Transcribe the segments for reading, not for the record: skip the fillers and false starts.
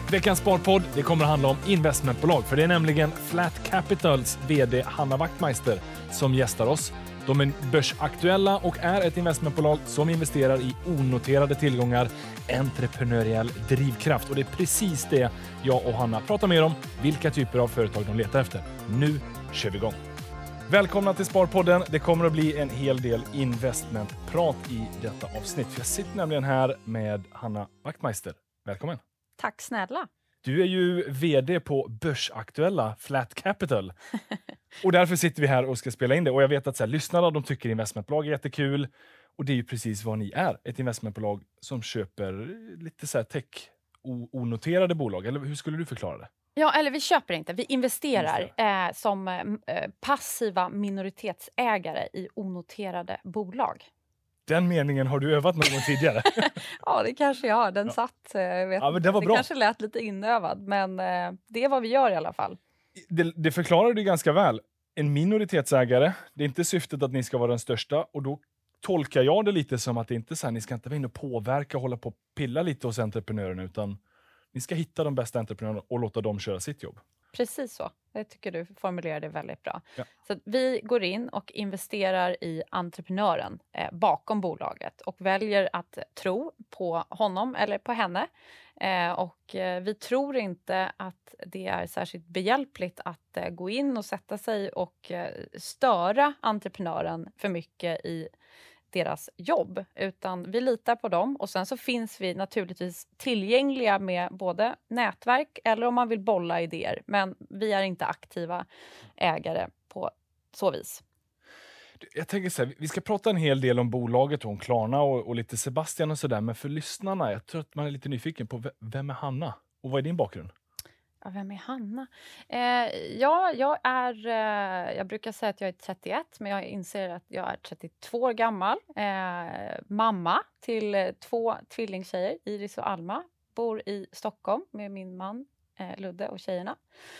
Veckans sparpodd, det kommer att handla om investmentbolag. För det är nämligen Flat Capitals vd Hanna Wachtmeister som gästar oss. De är börsaktuella och är ett investmentbolag som investerar i onoterade tillgångar, entreprenöriell drivkraft. Och det är precis det jag och Hanna pratar mer om, vilka typer av företag de letar efter. Nu kör vi igång. Välkomna till Sparpodden. Det kommer att bli en hel del investmentprat i detta avsnitt. För jag sitter nämligen här med Hanna Wachtmeister. Välkommen. Tack snälla. Du är ju vd på börsaktuella Flat Capital. Och därför sitter vi här och ska spela in det. Och jag vet att lyssnarna, de tycker investmentbolag är jättekul. Och det är ju precis vad ni är. Ett investmentbolag som köper lite tech-onoterade bolag. Eller hur skulle du förklara det? Ja, eller vi köper inte. Vi investerar som passiva minoritetsägare i onoterade bolag. Den meningen har du övat någon gång tidigare. Ja, det kanske jag har. Den satt. Men det var bra. Kanske lät lite inövad, men det är vad vi gör i alla fall. Det förklarar du ganska väl. En minoritetsägare, det är inte syftet att ni ska vara den största. Och då tolkar jag det lite som att det inte är så här, ni ska inte vara inne och påverka och hålla på och pilla lite hos entreprenörerna, utan ni ska hitta de bästa entreprenörerna och låta dem köra sitt jobb. Precis så. Jag tycker du formulerar det väldigt bra. Ja. Så vi går in och investerar i entreprenören bakom bolaget och väljer att tro på honom eller på henne. Och vi tror inte att det är särskilt behjälpligt att gå in och sätta sig och störa entreprenören för mycket i deras jobb, utan vi litar på dem och sen så finns vi naturligtvis tillgängliga med både nätverk eller om man vill bolla idéer, men vi är inte aktiva ägare på så vis. Jag tänker så här, vi ska prata en hel del om bolaget och om Klarna och lite Sebastian och sådär, men för lyssnarna, jag tror att man är lite nyfiken på vem är Hanna och vad är din bakgrund? Ja, vem är Hanna? Jag brukar säga att jag är 31, men jag inser att jag är 32 år gammal. Mamma till 2 tvillingtjejer, Iris och Alma. Bor i Stockholm med min man Ludde och tjejerna.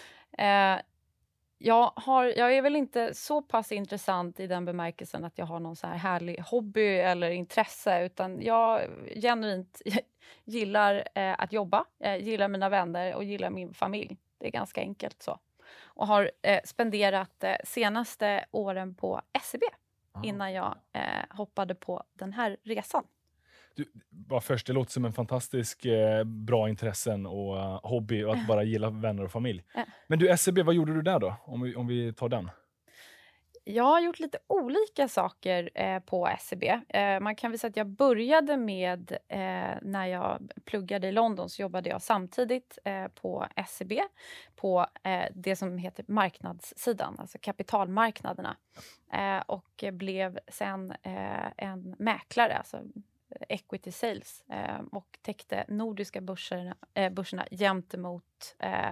Jag är väl inte så pass intressant i den bemärkelsen att jag har någon så här härlig hobby eller intresse, utan jag genuint gillar att jobba, gillar mina vänner och gillar min familj. Det är ganska enkelt så. Och har spenderat senaste åren på SEB innan jag hoppade på den här resan. Bara först, det låter som en fantastisk bra intressen och hobby och att bara gilla vänner och familj. Men du, SEB, vad gjorde du där då? Om vi tar den. Jag har gjort lite olika saker på SEB. Man kan väl säga att jag började med, när jag pluggade i London så jobbade jag samtidigt på SEB på det som heter marknadssidan, alltså kapitalmarknaderna. Och blev sen en mäklare, alltså equity sales, och täckte nordiska börserna gentemot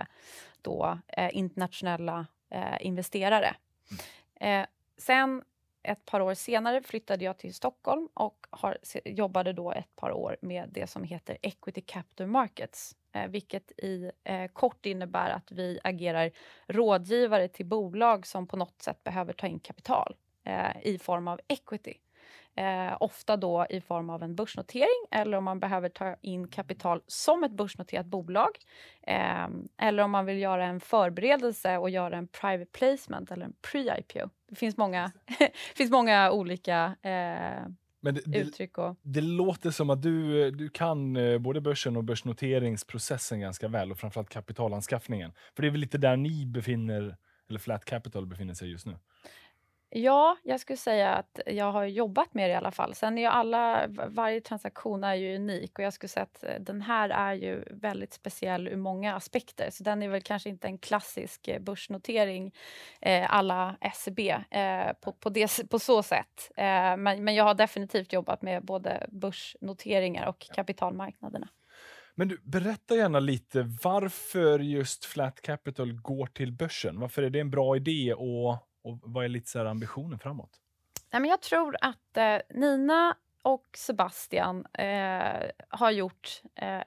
internationella investerare. Sen ett par år senare flyttade jag till Stockholm och jobbade då ett par år med det som heter Equity Capital Markets, vilket i kort innebär att vi agerar rådgivare till bolag som på något sätt behöver ta in kapital i form av equity. Ofta då i form av en börsnotering, eller om man behöver ta in kapital som ett börsnoterat bolag, eller om man vill göra en förberedelse och göra en private placement eller en pre-IPO. Det finns många olika uttryck. Det låter som att du kan både börsen och börsnoteringsprocessen ganska väl, och framförallt kapitalanskaffningen. För det är väl lite där ni eller Flat Capital befinner sig just nu? Ja, jag skulle säga att jag har jobbat med det i alla fall. Sen är varje transaktion är ju unik, och jag skulle säga att den här är ju väldigt speciell ur många aspekter. Så den är väl kanske inte en klassisk börsnotering alla SEB på så sätt. Men jag har definitivt jobbat med både börsnoteringar och kapitalmarknaderna. Men du, berätta gärna lite varför just Flat Capital går till börsen. Varför är det en bra idé och vad är lite så här ambitionen framåt? Nej, men jag tror att Nina och Sebastian har gjort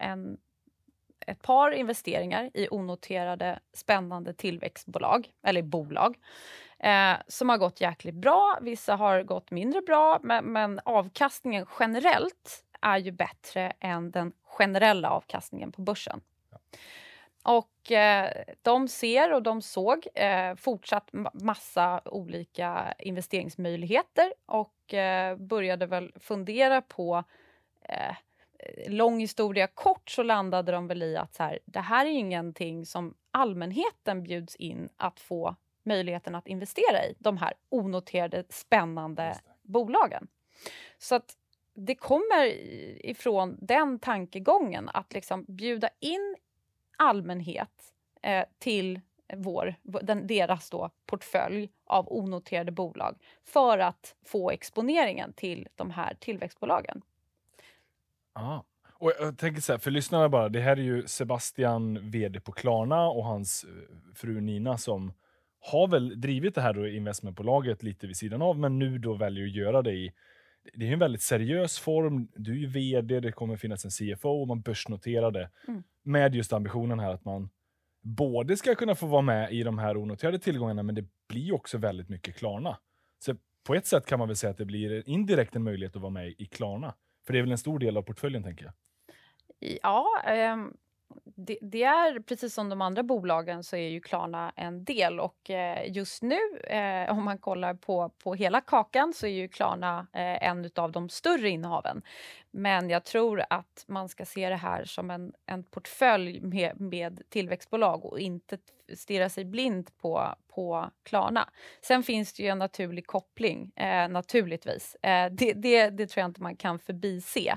ett par investeringar i onoterade spännande tillväxtbolag, eller bolag, som har gått jäkligt bra. Vissa har gått mindre bra, men avkastningen generellt är ju bättre än den generella avkastningen på börsen. Och de ser och de såg fortsatt massa olika investeringsmöjligheter och började väl fundera på, lång historia kort, så landade de väl i att så här, det här är ingenting som allmänheten bjuds in att få möjligheten att investera i, de här onoterade spännande bolagen. Så att det kommer ifrån den tankegången att liksom bjuda in allmänhet till deras då portfölj av onoterade bolag för att få exponeringen till de här tillväxtbolagen. Ja. Och jag tänker så här, för lyssnarna bara, det här är ju Sebastian, vd på Klarna, och hans fru Nina som har väl drivit det här då investmentbolaget lite vid sidan av, men nu då väljer att göra det i, det är en väldigt seriös form. Du är ju vd, det kommer finnas en CFO och man börsnoterar det med just ambitionen här att man både ska kunna få vara med i de här onoterade tillgångarna, men det blir också väldigt mycket Klarna. Så på ett sätt kan man väl säga att det blir indirekt en möjlighet att vara med i Klarna. För det är väl en stor del av portföljen, tänker jag. Ja, det är precis som de andra bolagen, så är ju Klarna en del, och just nu om man kollar på hela kakan, så är ju Klarna en av de större innehaven. Men jag tror att man ska se det här som en portfölj med tillväxtbolag och inte stirra sig blind på Klarna. Sen finns det ju en naturlig koppling, naturligtvis. Det tror jag inte man kan förbise.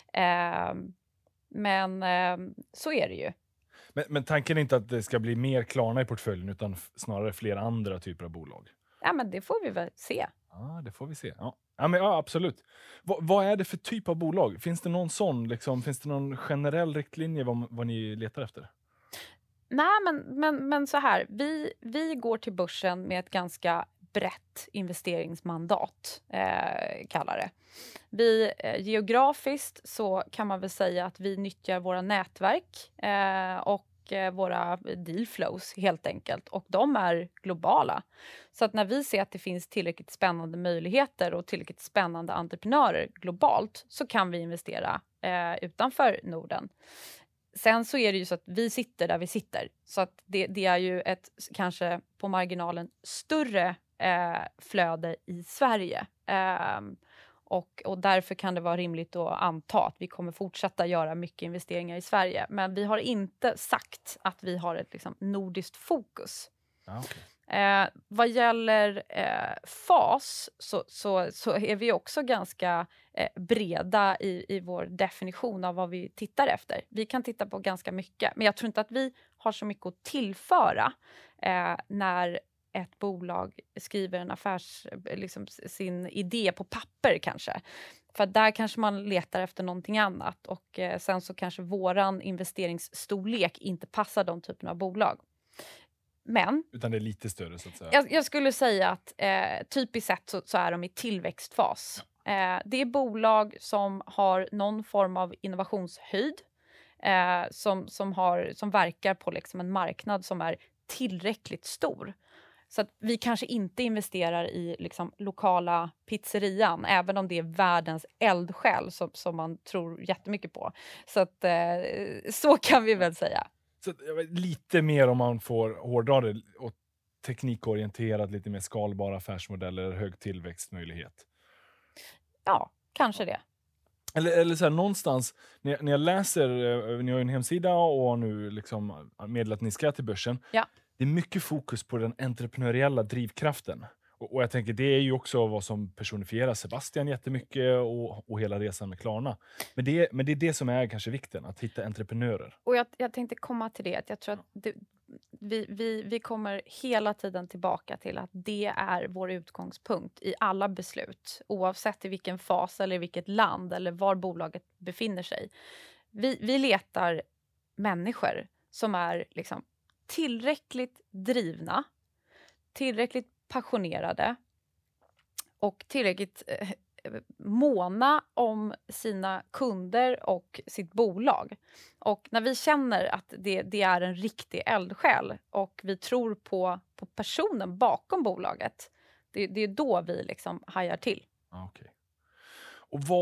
Men så är det ju. Men tanken är inte att det ska bli mer Klarna i portföljen, utan snarare flera andra typer av bolag? Ja, men det får vi väl se. Ja, det får vi se. Ja, absolut. Vad är det för typ av bolag? Finns det någon sån, liksom, finns det någon generell riktlinje vad ni letar efter? Nej, men så här. Vi går till börsen med ett ganska brett investeringsmandat, kallar det. Geografiskt så kan man väl säga att vi nyttjar våra nätverk och våra deal flows helt enkelt. Och de är globala. Så att när vi ser att det finns tillräckligt spännande möjligheter och tillräckligt spännande entreprenörer globalt, så kan vi investera utanför Norden. Sen så är det ju så att vi sitter där vi sitter. Så att det är ju ett kanske på marginalen större flöde i Sverige. Och därför kan det vvara rimligt att anta att vi kommer fortsätta göra mycket investeringar i Sverige. Men vi har inte sagt att vi har ett liksom nordiskt fokus. Okay. Vad gäller fas så är vi också ganska breda i vår definition av vad vi tittar efter. Vi kan titta på ganska mycket, men jag tror inte att vi har så mycket att tillföra när ett bolag skriver en liksom sin idé på papper kanske. För där kanske man letar efter någonting annat, och sen så kanske våran investeringsstorlek inte passar de typerna av bolag. Men utan det är lite större, så att säga. Jag skulle säga att typiskt sett så är de i tillväxtfas. Det är bolag som har någon form av innovationshöjd, som verkar på liksom en marknad som är tillräckligt stor. Så att vi kanske inte investerar i liksom lokala pizzerian, även om det är världens eldsjäl som man tror jättemycket på. Så att så kan vi väl säga. Så lite mer, om man får hårdra det, och teknikorienterat, lite mer skalbara affärsmodeller, hög tillväxtmöjlighet. Ja, kanske det. Eller så här, någonstans, när jag läser, ni har ju en hemsida och nu liksom meddelat att ni ska till börsen. Ja. Det är mycket fokus på den entreprenöriella drivkraften. Och jag tänker, det är ju också vad som personifierar Sebastian jättemycket och hela resan med Klarna. Men det är det som är kanske vikten, att hitta entreprenörer. Och jag tänkte komma till det. Att jag tror att vi kommer hela tiden tillbaka till att det är vår utgångspunkt i alla beslut. Oavsett i vilken fas eller i vilket land eller var bolaget befinner sig. Vi letar människor som är liksom tillräckligt drivna, tillräckligt passionerade och tillräckligt måna om sina kunder och sitt bolag. Och när vi känner att det är en riktig eldsjäl och vi tror på personen bakom bolaget, det är då vi liksom hajar till. Okay. Och vad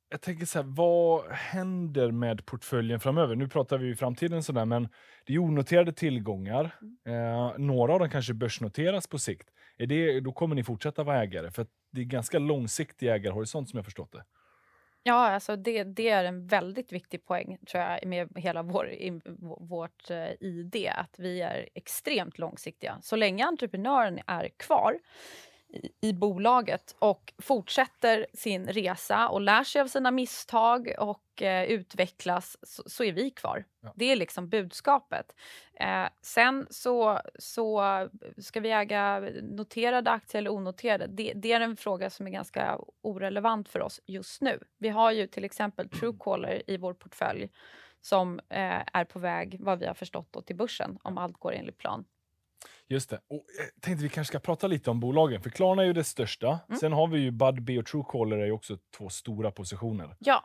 jag tänker så här, vad händer med portföljen framöver? Nu pratar vi ju framtiden sådär, men det är ju onoterade tillgångar. Några av dem kanske börsnoteras på sikt. Då kommer ni fortsätta vara ägare, för att det är ganska långsiktig ägarhorisont som jag förstått det. Ja, alltså det är en väldigt viktig poäng, tror jag, med hela vårt ID, att vi är extremt långsiktiga. Så länge entreprenören är kvar i bolaget och fortsätter sin resa och lär sig av sina misstag och utvecklas, så är vi kvar. Ja. Det är liksom budskapet. Sen så ska vi äga noterade aktier eller onoterade. Det är en fråga som är ganska orelevant för oss just nu. Vi har ju till exempel Truecaller i vår portfölj som är på väg, vad vi har förstått då, till börsen, om allt går enligt plan. Just det. Och jag tänkte vi kanske ska prata lite om bolagen. För Klarna är ju det största. Sen har vi ju Budbee och Truecaller är ju också 2 stora positioner. Ja.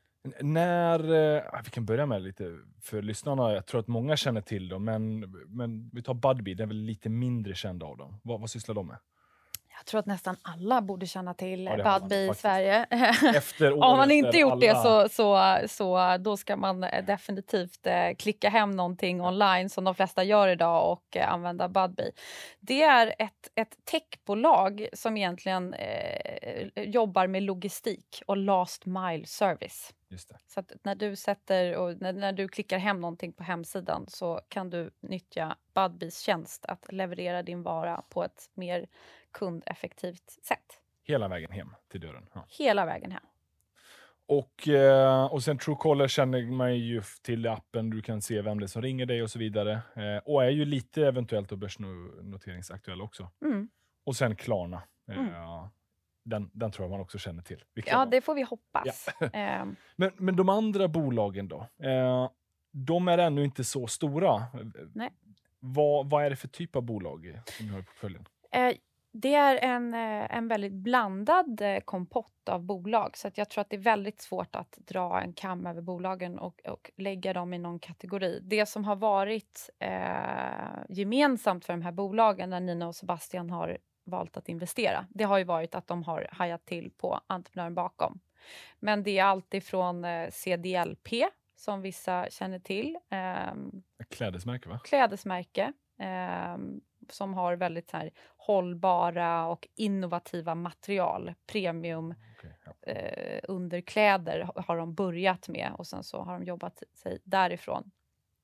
Vi kan börja med lite för lyssnarna. Jag tror att många känner till dem. Men vi tar Budbee, den är väl lite mindre känd av dem. Vad sysslar de med? Jag tror att nästan alla borde känna till Budbee i faktiskt. Sverige. Om man inte gjort alla... det så då ska man definitivt klicka hem någonting online som de flesta gör idag och använda Budbee. Det är ett techbolag som egentligen jobbar med logistik och last mile service. Just det. Så att när du klickar hem någonting på hemsidan så kan du nyttja Budbees tjänst att leverera din vara på ett mer kundeffektivt sätt. Hela vägen hem till dörren. Ja. Hela vägen hem. Och sen Truecaller känner man ju till appen. Du kan se vem det är som ringer dig och så vidare. Och är ju lite eventuellt börsnoteringsaktuell också. Och sen Klarna. Den tror jag man också känner till. Ja, det får vi hoppas. Ja. Men de andra bolagen då? De är ännu inte så stora. Nej. Vad är det för typ av bolag som ni har i portföljen? Det är en väldigt blandad kompott av bolag. Så att jag tror att det är väldigt svårt att dra en kam över bolagen och lägga dem i någon kategori. Det som har varit gemensamt för de här bolagen när Nina och Sebastian har valt att investera, det har ju varit att de har hajat till på entreprenören bakom. Men det är allt ifrån CDLP, som vissa känner till. Klädesmärke, va? Klädesmärke. Som har väldigt så här hållbara och innovativa material. Premium underkläder har de börjat med. Och sen så har de jobbat sig därifrån.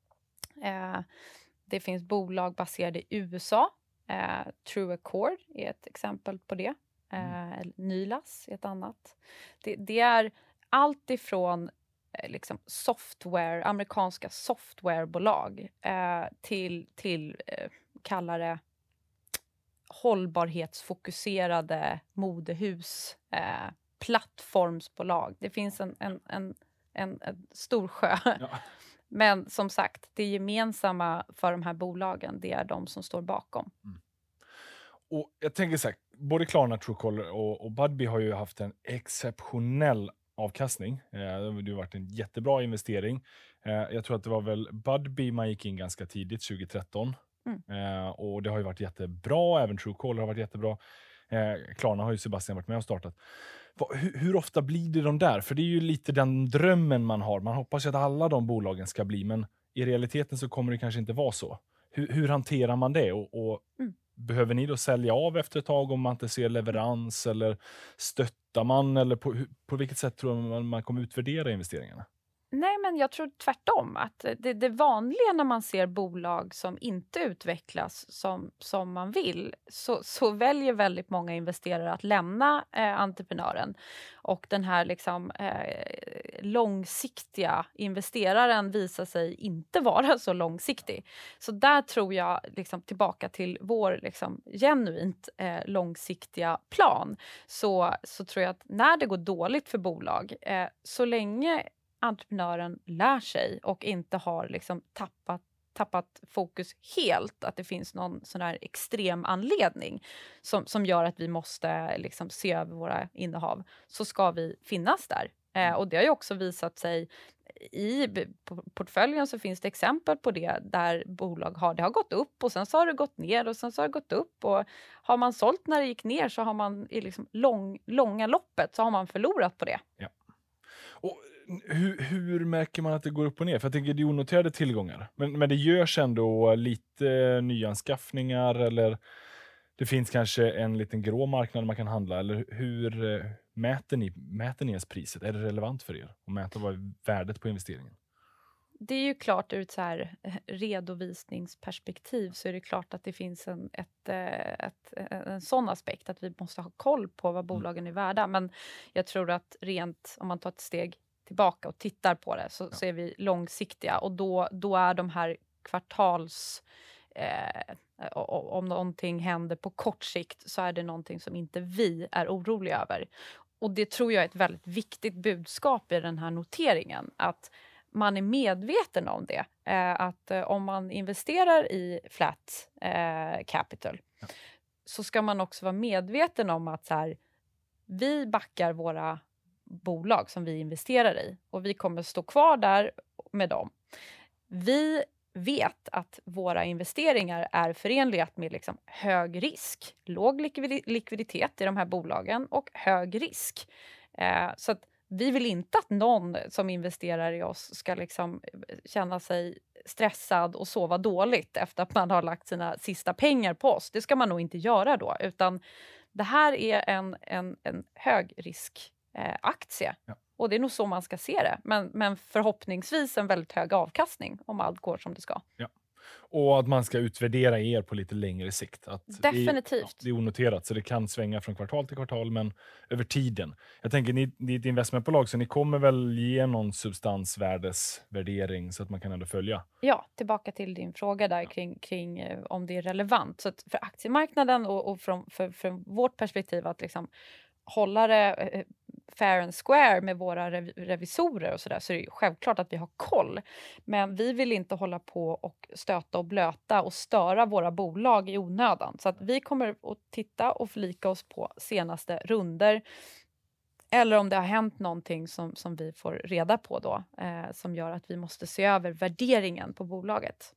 Det finns bolag baserade i USA. True Accord är ett exempel på det. Nylas är ett annat. Det är allt ifrån liksom amerikanska softwarebolag till kallare hållbarhetsfokuserade modehus, plattformsbolag. Det finns en stor sjö. Ja. Men som sagt, det gemensamma för de här bolagen, det är de som står bakom. Och jag tänker så här, både Klarna, Truecaller och Budbee har ju haft en exceptionell avkastning. Det har varit en jättebra investering. Jag tror att det var väl Budbee man gick in ganska tidigt, 2013. Och det har ju varit jättebra. Även Truecaller har varit jättebra. Klarna har ju Sebastian varit med och startat. Hur ofta blir det de där? För det är ju lite den drömmen man har. Man hoppas ju att alla de bolagen ska bli, men i realiteten så kommer det kanske inte vara så. Hur hanterar man det? Och behöver ni då sälja av efter ett tag om man inte ser leverans, eller stöttar man, eller på vilket sätt tror man kommer utvärdera investeringarna? Nej, men jag tror tvärtom. Att det vanliga när man ser bolag som inte utvecklas som man vill, så väljer väldigt många investerare att lämna entreprenören. Och den här liksom, långsiktiga investeraren visar sig inte vara så långsiktig. Så där tror jag, liksom, tillbaka till vår liksom, genuint långsiktiga plan, så tror jag att när det går dåligt för bolag, så länge entreprenören lär sig och inte har liksom tappat fokus helt, att det finns någon sån här extrem anledning som gör att vi måste liksom se över våra innehav, så ska vi finnas där. Och det har ju också visat sig i portföljen, så finns det exempel på det där bolag har gått upp och sen så har det gått ner och sen så har det gått upp, och har man sålt när det gick ner så har man i liksom långa loppet så har man förlorat på det. Ja. Och hur märker man att det går upp och ner? För jag tänker det är onoterade tillgångar. Men det görs ändå lite nyanskaffningar eller det finns kanske en liten grå marknad man kan handla. Eller hur mäter ni ens priset? Är det relevant för er att mäta vad är värdet på investeringen? Det är ju klart ur ett så här redovisningsperspektiv så är det klart att det finns en sån aspekt att vi måste ha koll på vad bolagen är värda. Men jag tror att rent, om man tar ett steg tillbaka och tittar på det så är vi långsiktiga och då är de här om någonting händer på kort sikt så är det någonting som inte vi är oroliga över. Och det tror jag är ett väldigt viktigt budskap i den här noteringen, att man är medveten om det. Att om man investerar i flat capital så ska man också vara medveten om att så här, vi backar våra bolag som vi investerar i och vi kommer stå kvar där med dem. Vi vet att våra investeringar är förenliga med liksom hög risk, låg likviditet i de här bolagen och hög risk. Så att vi vill inte att någon som investerar i oss ska liksom känna sig stressad och sova dåligt efter att man har lagt sina sista pengar på oss. Det ska man nog inte göra då, utan det här är en högriskaktie. Ja. Och det är nog så man ska se det. Men förhoppningsvis en väldigt hög avkastning om allt går som det ska. Ja. Och att man ska utvärdera er på lite längre sikt. Att definitivt. Det är onoterat så det kan svänga från kvartal till kvartal men över tiden. Jag tänker ni är ett investmentbolag så ni kommer väl ge någon substansvärdesvärdering så att man kan ändå följa. Ja, tillbaka till din fråga där kring om det är relevant. Så att för aktiemarknaden och från vårt perspektiv att liksom hålla det fair and square med våra revisorer och sådär så är det självklart att vi har koll. Men vi vill inte hålla på och stöta och blöta och störa våra bolag i onödan. Så att vi kommer att titta och förlika oss på senaste runder. Eller om det har hänt någonting som vi får reda på då. Som gör att vi måste se över värderingen på bolaget.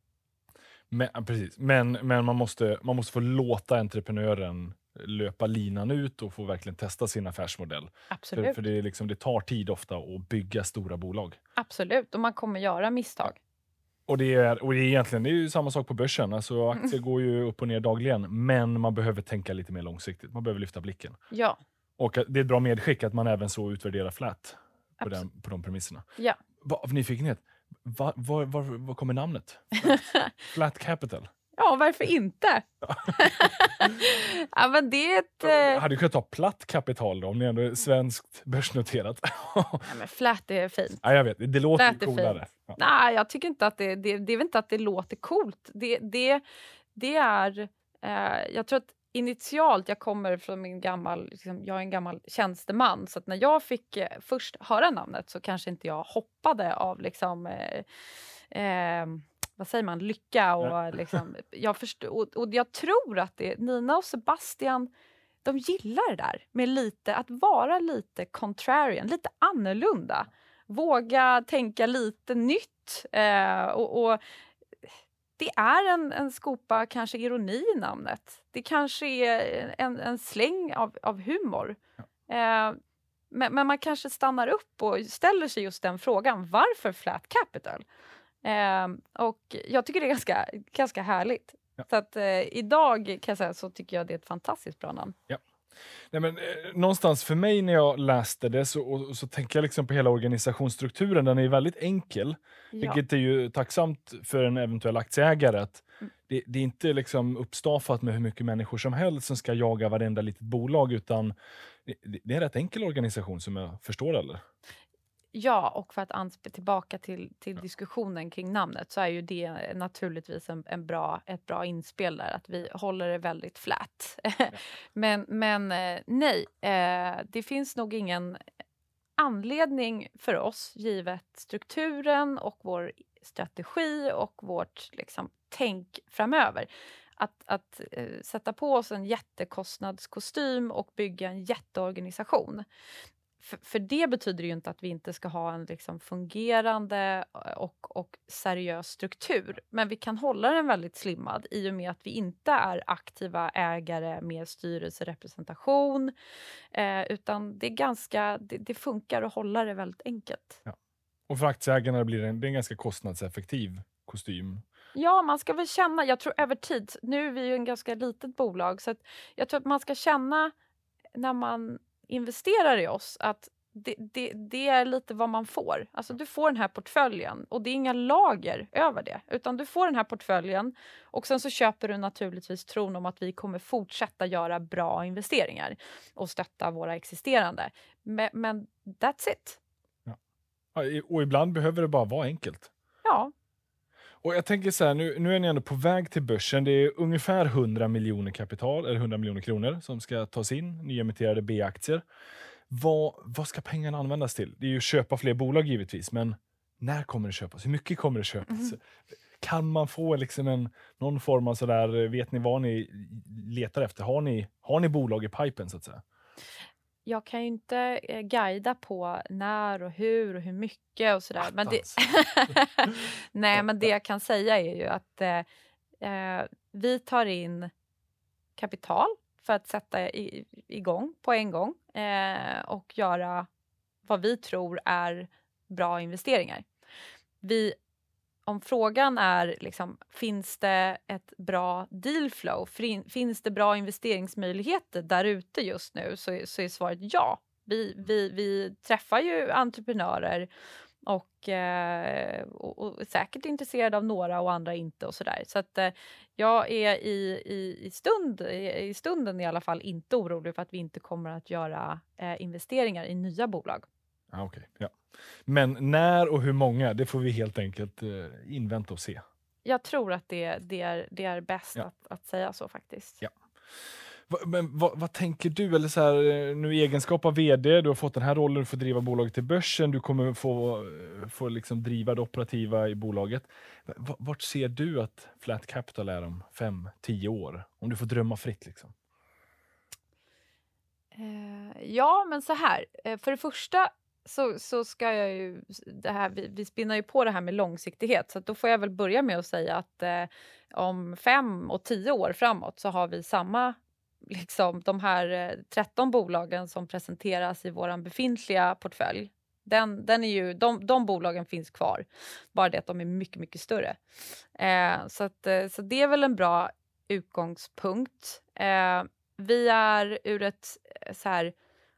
Precis. Men man måste få låta entreprenören löpa linan ut och få verkligen testa sin affärsmodell. Absolut. För det tar tid ofta att bygga stora bolag. Absolut, och man kommer göra misstag. Och det är egentligen det är ju samma sak på börsen. Alltså aktier går ju upp och ner dagligen, men man behöver tänka lite mer långsiktigt. Man behöver lyfta blicken. Ja. Och det är ett bra medskick att man även så utvärderar flat på de premisserna. Ja. Av nyfikenhet, var kommer namnet? Flat Capital. Ja, varför inte? Ja, men det är ett... Hade du kunnat ta platt kapital då, om ni ändå är svenskt börsnoterat? Ja, men flat är fint. Ja, jag vet. Det låter flat coolare. Ja. Nej, jag tycker inte att det är väl inte att det låter coolt. Det är... jag tror att initialt, jag kommer från jag är en gammal tjänsteman, så att när jag fick först höra namnet så kanske inte jag hoppade av vad säger man, lycka och liksom, jag förstår, och jag tror att Nina och Sebastian, de gillar det där med lite, att vara lite contrarian, lite annorlunda, våga tänka lite nytt och det är en skopa kanske ironi i namnet. Det kanske är en släng av humor. Men man kanske stannar upp och ställer sig just den frågan. Varför flat capital? Och jag tycker det är ganska härligt. Ja. Så att idag kan jag säga så tycker jag det är ett fantastiskt bra namn. Ja. Nej, men, någonstans för mig när jag läste det så tänker jag liksom på hela organisationsstrukturen. Den är väldigt enkel, vilket är ju tacksamt för en eventuell aktieägare. Att det är inte liksom uppstaffat med hur mycket människor som helst som ska jaga varenda litet bolag, utan det är en rätt enkel organisation som jag förstår, eller? Ja, och för att tillbaka till diskussionen kring namnet så är ju det naturligtvis ett bra inspel där, att vi håller det väldigt flat. Ja. men nej, det finns nog ingen anledning för oss, givet strukturen och vår strategi och vårt liksom tänk framöver, att sätta på oss en jättekostnadskostym och bygga en jätteorganisation. För det betyder ju inte att vi inte ska ha en liksom fungerande och seriös struktur. Men vi kan hålla den väldigt slimmad i och med att vi inte är aktiva ägare med styrelserepresentation. Utan det funkar att hålla det väldigt enkelt. Ja. Och för aktieägarna blir det en ganska kostnadseffektiv kostym. Ja, man ska väl känna, jag tror över tid, nu är vi ju en ganska litet bolag, så att jag tror att man ska känna när man investerar i oss att det är lite vad man får. Alltså du får den här portföljen och det är inga lager över det, utan du får den här portföljen och sen så köper du naturligtvis tron om att vi kommer fortsätta göra bra investeringar och stötta våra existerande. Men that's it. Ja. Och ibland behöver det bara vara enkelt. Ja. Och jag tänker så här, nu är ni ändå på väg till börsen. Det är ungefär 100 miljoner kapital, eller 100 miljoner kronor som ska tas in, nyemitterade B-aktier. Vad ska pengarna användas till? Det är ju att köpa fler bolag givetvis, men när kommer det köpas? Hur mycket kommer det köpas? Kan man få liksom någon form av sådär, vet ni vad ni letar efter? Har ni bolag i pipen så att säga? Jag kan ju inte guida på när och hur mycket och sådär. Men nej, men det jag kan säga är ju att vi tar in kapital för att sätta igång på en gång och göra vad vi tror är bra investeringar. Om frågan är liksom, finns det ett bra dealflow, finns det bra investeringsmöjligheter där ute just nu, så är svaret ja. Vi träffar ju entreprenörer och är säkert intresserade av några och andra inte och sådär. Så att jag är i stunden i alla fall inte orolig för att vi inte kommer att göra investeringar i nya bolag. Okay, ja. Men när och hur många, det får vi helt enkelt invänta och se. Jag tror att det är bäst att säga så faktiskt. Ja. Men vad tänker du? Eller så här, nu i egenskap av vd, du har fått den här rollen, du får driva bolaget till börsen, du kommer få liksom driva det operativa i bolaget. Vart ser du att Flat Capital är om 5-10 år? Om du får drömma fritt liksom. Ja, men så här. För det första så ska jag ju, vi spinnar ju på det här med långsiktighet, så att då får jag väl börja med att säga att om 5 och 10 år framåt så har vi samma, liksom de här 13 bolagen som presenteras i våran befintliga portfölj. Den är ju, de bolagen finns kvar, bara det att de är mycket, mycket större. Så det är väl en bra utgångspunkt. Vi är ur ett så här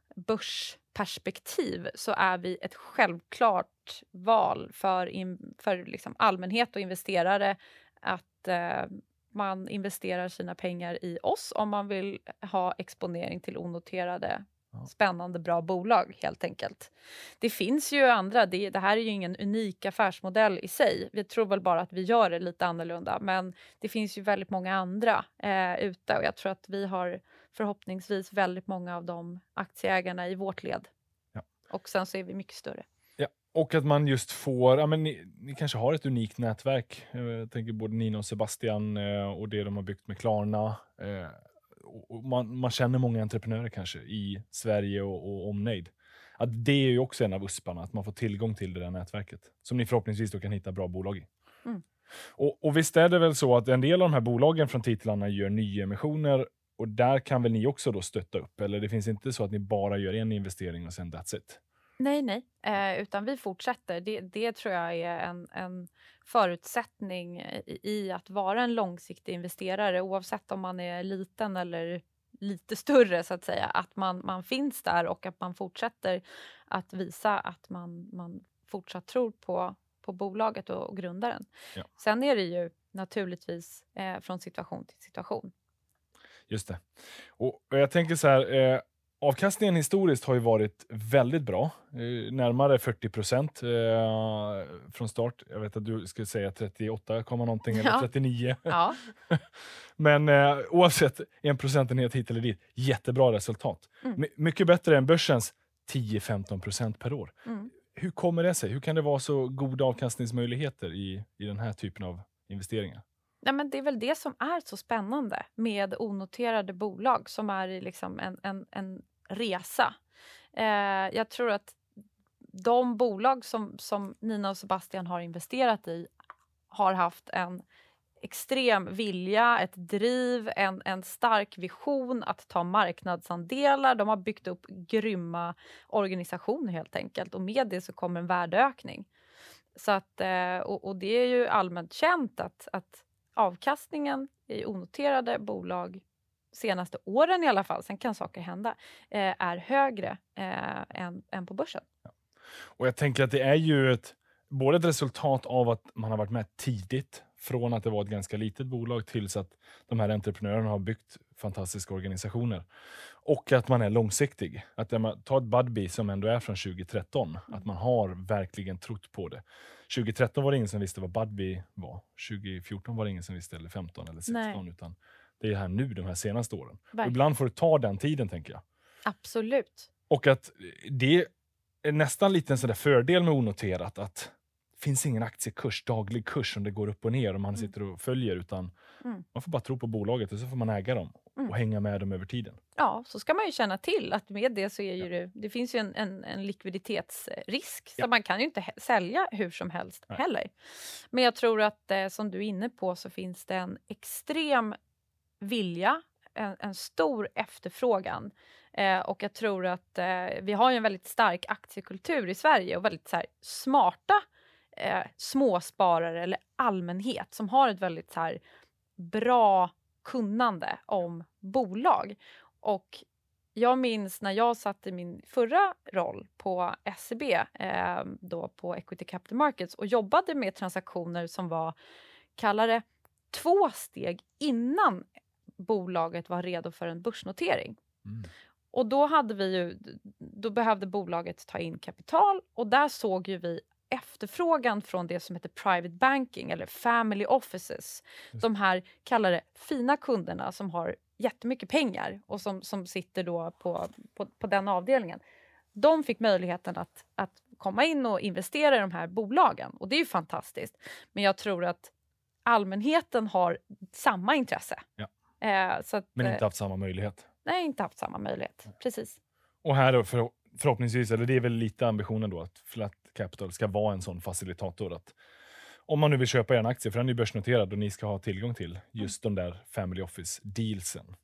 börsperspektiv så är vi ett självklart val för liksom allmänhet och investerare att man investerar sina pengar i oss om man vill ha exponering till onoterade spännande bra bolag helt enkelt. Det finns ju andra, det här är ju ingen unik affärsmodell i sig. Vi tror väl bara att vi gör det lite annorlunda, men det finns ju väldigt många andra ute och jag tror att vi har förhoppningsvis väldigt många av de aktieägarna i vårt led. Ja. Och sen så är vi mycket större. Ja, och att man just får, ja men ni kanske har ett unikt nätverk. Jag tänker både Nina och Sebastian och det de har byggt med Klarna. Och man känner många entreprenörer kanske i Sverige och omnejd. Att det är ju också en av USParna, att man får tillgång till det där nätverket. Som ni förhoppningsvis då kan hitta bra bolag i. Mm. Och visst är det väl så att en del av de här bolagen från titlarna gör nyemissioner. Och där kan väl ni också då stötta upp? Eller det finns inte så att ni bara gör en investering och sen that's it? Nej. Utan vi fortsätter. Det tror jag är en förutsättning i att vara en långsiktig investerare. Oavsett om man är liten eller lite större så att säga. Att man finns där och att man fortsätter att visa att man fortsatt tror på bolaget och grundaren. Ja. Sen är det ju naturligtvis från situation till situation. Just det. Och jag tänker så här, avkastningen historiskt har ju varit väldigt bra. Närmare 40% från start. Jag vet att du skulle säga 38, någonting eller 39. Ja. Men oavsett 1% hit eller dit, jättebra resultat. Mycket bättre än börsens 10-15% per år. Hur kommer det sig? Hur kan det vara så goda avkastningsmöjligheter i den här typen av investeringar? Ja, men det är väl det som är så spännande med onoterade bolag som är liksom en resa. Jag tror att de bolag som Nina och Sebastian har investerat i har haft en extrem vilja, ett driv, en stark vision att ta marknadsandelar. De har byggt upp grymma organisationer helt enkelt. Och med det så kommer en värdeökning. Så att, och det är ju allmänt känt att avkastningen i onoterade bolag senaste åren i alla fall, sen kan saker hända, är högre än på börsen. Ja. Och jag tänker att det är ju både ett resultat av att man har varit med tidigt, från att det var ett ganska litet bolag tills att de här entreprenörerna har byggt fantastiska organisationer. Och att man är långsiktig. Att ta ett Budbee som ändå är från 2013, att man har verkligen trott på det. 2013 var det ingen som visste vad Budbee var. 2014 var det ingen som visste, eller 15 eller 16. Nej. Utan det är här nu, de här senaste åren. Och ibland får det ta den tiden, tänker jag. Absolut. Och att det är nästan lite en sån där fördel med onoterat, att det finns ingen aktiekurs, daglig kurs som det går upp och ner och man sitter och följer, utan man får bara tro på bolaget och så får man äga dem och hänga med dem över tiden. Ja, så ska man ju känna till att med det så är ju det finns ju en likviditetsrisk, så man kan ju inte sälja hur som helst heller. Men jag tror att som du är inne på så finns det en extrem vilja, en stor efterfrågan. Och jag tror att vi har ju en väldigt stark aktiekultur i Sverige och väldigt så här, smarta småsparare eller allmänhet som har ett väldigt så här, bra kunnande om bolag. Och jag minns när jag satt i min förra roll på SEB, då på Equity Capital Markets, och jobbade med transaktioner som var, kallade 2 steg innan bolaget var redo för en börsnotering. Och då då behövde bolaget ta in kapital, och där såg ju vi efterfrågan från det som heter private banking eller family offices. De här kallade fina kunderna som har jättemycket pengar och som sitter då på den avdelningen. De fick möjligheten att komma in och investera i de här bolagen, och det är ju fantastiskt. Men jag tror att allmänheten har samma intresse. Ja. Men inte haft samma möjlighet. Nej, inte haft samma möjlighet. Precis. Och här då förhoppningsvis, eller det är väl lite ambitionen då, att Flat Capital ska vara en sån facilitator, att om man nu vill köpa en aktie, för den är börsnoterad och ni ska ha tillgång till just de där family office dealsen.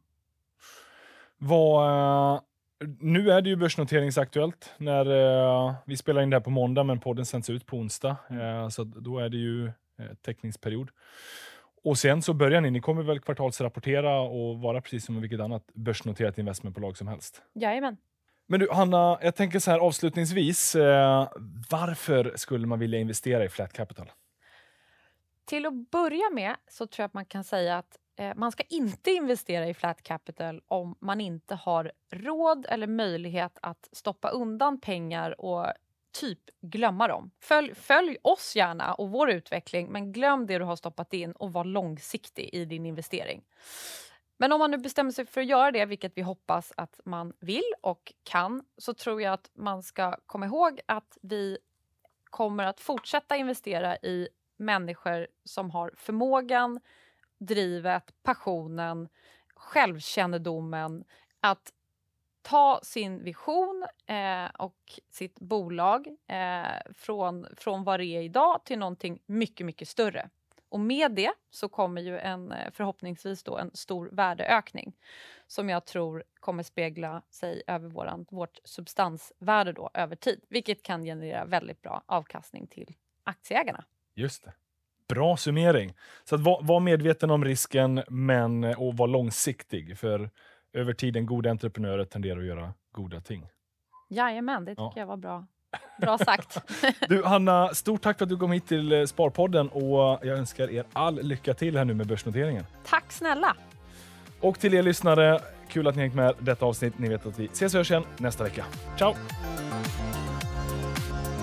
Nu är det ju börsnoteringsaktuellt när vi spelar in det här på måndag, men podden sänds ut på onsdag, så då är det ju teckningsperiod. Och sen så börjar ni kommer väl kvartalsrapportera och vara precis som vilket annat börsnoterat investmentbolag som helst. Jajamän. Men du Hanna, jag tänker så här avslutningsvis, varför skulle man vilja investera i Flat Capital? Till att börja med så tror jag att man kan säga att man ska inte investera i Flat Capital om man inte har råd eller möjlighet att stoppa undan pengar och typ glömma dem. Följ oss gärna och vår utveckling, men glöm det du har stoppat in och var långsiktig i din investering. Men om man nu bestämmer sig för att göra det, vilket vi hoppas att man vill och kan, så tror jag att man ska komma ihåg att vi kommer att fortsätta investera i människor som har förmågan, drivet, passionen, självkännedomen att ta sin vision och sitt bolag från vad det är idag till någonting mycket, mycket större. Och med det så kommer ju förhoppningsvis då en stor värdeökning som jag tror kommer spegla sig över vårt substansvärde då över tid. Vilket kan generera väldigt bra avkastning till aktieägarna. Just det. Bra summering. Så att var medveten om risken och vara långsiktig. För över tiden goda entreprenörer tenderar att göra goda ting. Jajamän, det tycker jag var bra. Bra sagt. Du Hanna, stort tack för att du kom hit till Sparpodden och jag önskar er all lycka till här nu med börsnoteringen. Tack snälla. Och till er lyssnare, kul att ni hängt med detta avsnitt. Ni vet att vi ses och hörs igen nästa vecka. Ciao!